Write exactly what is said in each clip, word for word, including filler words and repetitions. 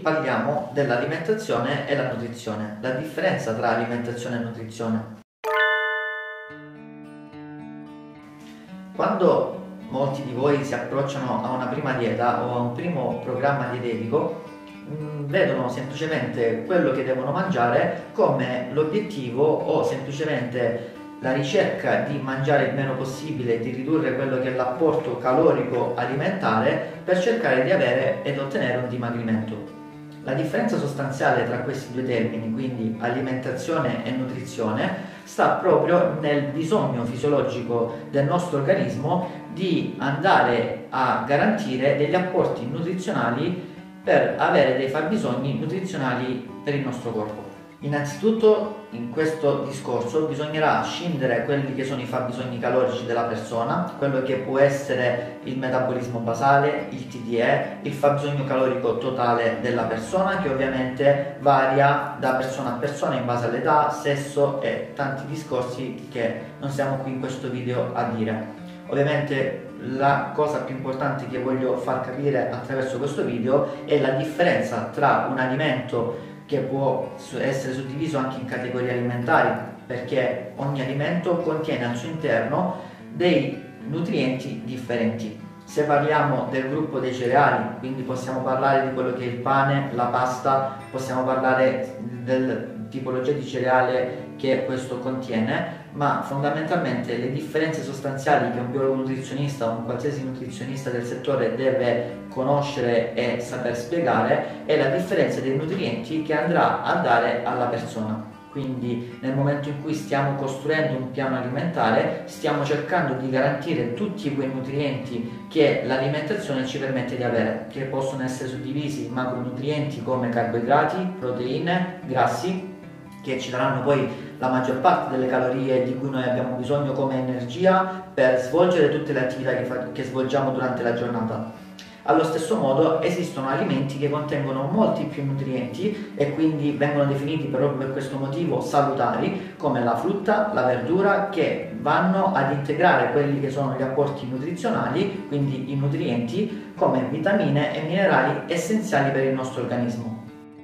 parliamo dell'alimentazione e la nutrizione, la differenza tra alimentazione e nutrizione. Quando molti di voi si approcciano a una prima dieta o a un primo programma dietetico, mh, vedono semplicemente quello che devono mangiare come l'obiettivo o semplicemente la ricerca di mangiare il meno possibile, di ridurre quello che è l'apporto calorico alimentare per cercare di avere ed ottenere un dimagrimento. La differenza sostanziale tra questi due termini, quindi alimentazione e nutrizione, sta proprio nel bisogno fisiologico del nostro organismo di andare a garantire degli apporti nutrizionali per avere dei fabbisogni nutrizionali per il nostro corpo. Innanzitutto in questo discorso bisognerà scindere quelli che sono i fabbisogni calorici della persona, quello che può essere il metabolismo basale, il T D E, il fabbisogno calorico totale della persona, che ovviamente varia da persona a persona in base all'età, sesso e tanti discorsi che non siamo qui in questo video a dire. Ovviamente la cosa più importante che voglio far capire attraverso questo video è la differenza tra un alimento che può essere suddiviso anche in categorie alimentari, perché ogni alimento contiene al suo interno dei nutrienti differenti. Se parliamo del gruppo dei cereali, quindi possiamo parlare di quello che è il pane, la pasta, possiamo parlare della tipologia di cereale che questo contiene, ma fondamentalmente le differenze sostanziali che un biologo nutrizionista o un qualsiasi nutrizionista del settore deve conoscere e saper spiegare è la differenza dei nutrienti che andrà a dare alla persona. Quindi nel momento in cui stiamo costruendo un piano alimentare stiamo cercando di garantire tutti quei nutrienti che l'alimentazione ci permette di avere, che possono essere suddivisi in macronutrienti come carboidrati, proteine, grassi, che ci daranno poi la maggior parte delle calorie di cui noi abbiamo bisogno come energia per svolgere tutte le attività che, fa- che svolgiamo durante la giornata. Allo stesso modo esistono alimenti che contengono molti più nutrienti e quindi vengono definiti proprio per questo motivo salutari, come la frutta, la verdura, che vanno ad integrare quelli che sono gli apporti nutrizionali, quindi i nutrienti come vitamine e minerali essenziali per il nostro organismo.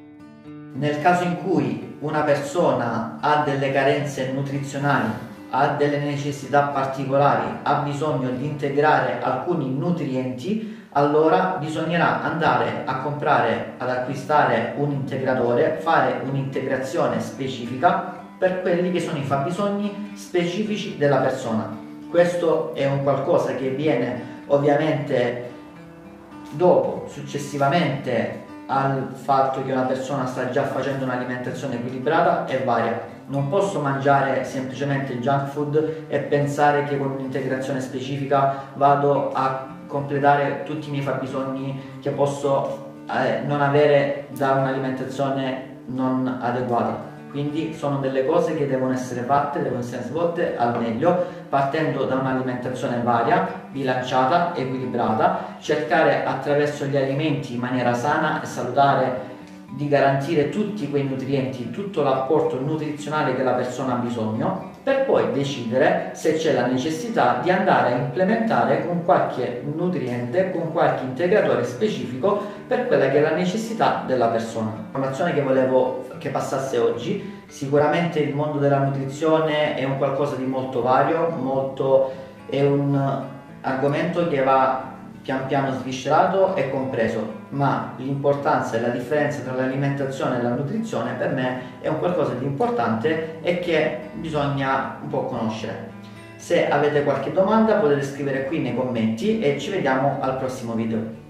Nel caso in cui una persona ha delle carenze nutrizionali, ha delle necessità particolari, ha bisogno di integrare alcuni nutrienti, allora bisognerà andare a comprare, ad acquistare un integratore, fare un'integrazione specifica per quelli che sono i fabbisogni specifici della persona. Questo è un qualcosa che viene ovviamente dopo, successivamente al fatto che una persona sta già facendo un'alimentazione equilibrata e varia. Non posso mangiare semplicemente junk food e pensare che con un'integrazione specifica vado a completare tutti i miei fabbisogni che posso eh, non avere da un'alimentazione non adeguata. Quindi sono delle cose che devono essere fatte, devono essere svolte al meglio, partendo da un'alimentazione varia, bilanciata, equilibrata, cercare attraverso gli alimenti in maniera sana e salutare di garantire tutti quei nutrienti, tutto l'apporto nutrizionale che la persona ha bisogno, per poi decidere se c'è la necessità di andare a implementare con qualche nutriente, con qualche integratore specifico per quella che è la necessità della persona. L'informazione che volevo che passasse oggi: sicuramente il mondo della nutrizione è un qualcosa di molto vario, molto, è un argomento che va pian piano sviscerato e compreso, ma l'importanza e la differenza tra l'alimentazione e la nutrizione per me è un qualcosa di importante e che bisogna un po' conoscere. Se avete qualche domanda potete scrivere qui nei commenti e ci vediamo al prossimo video.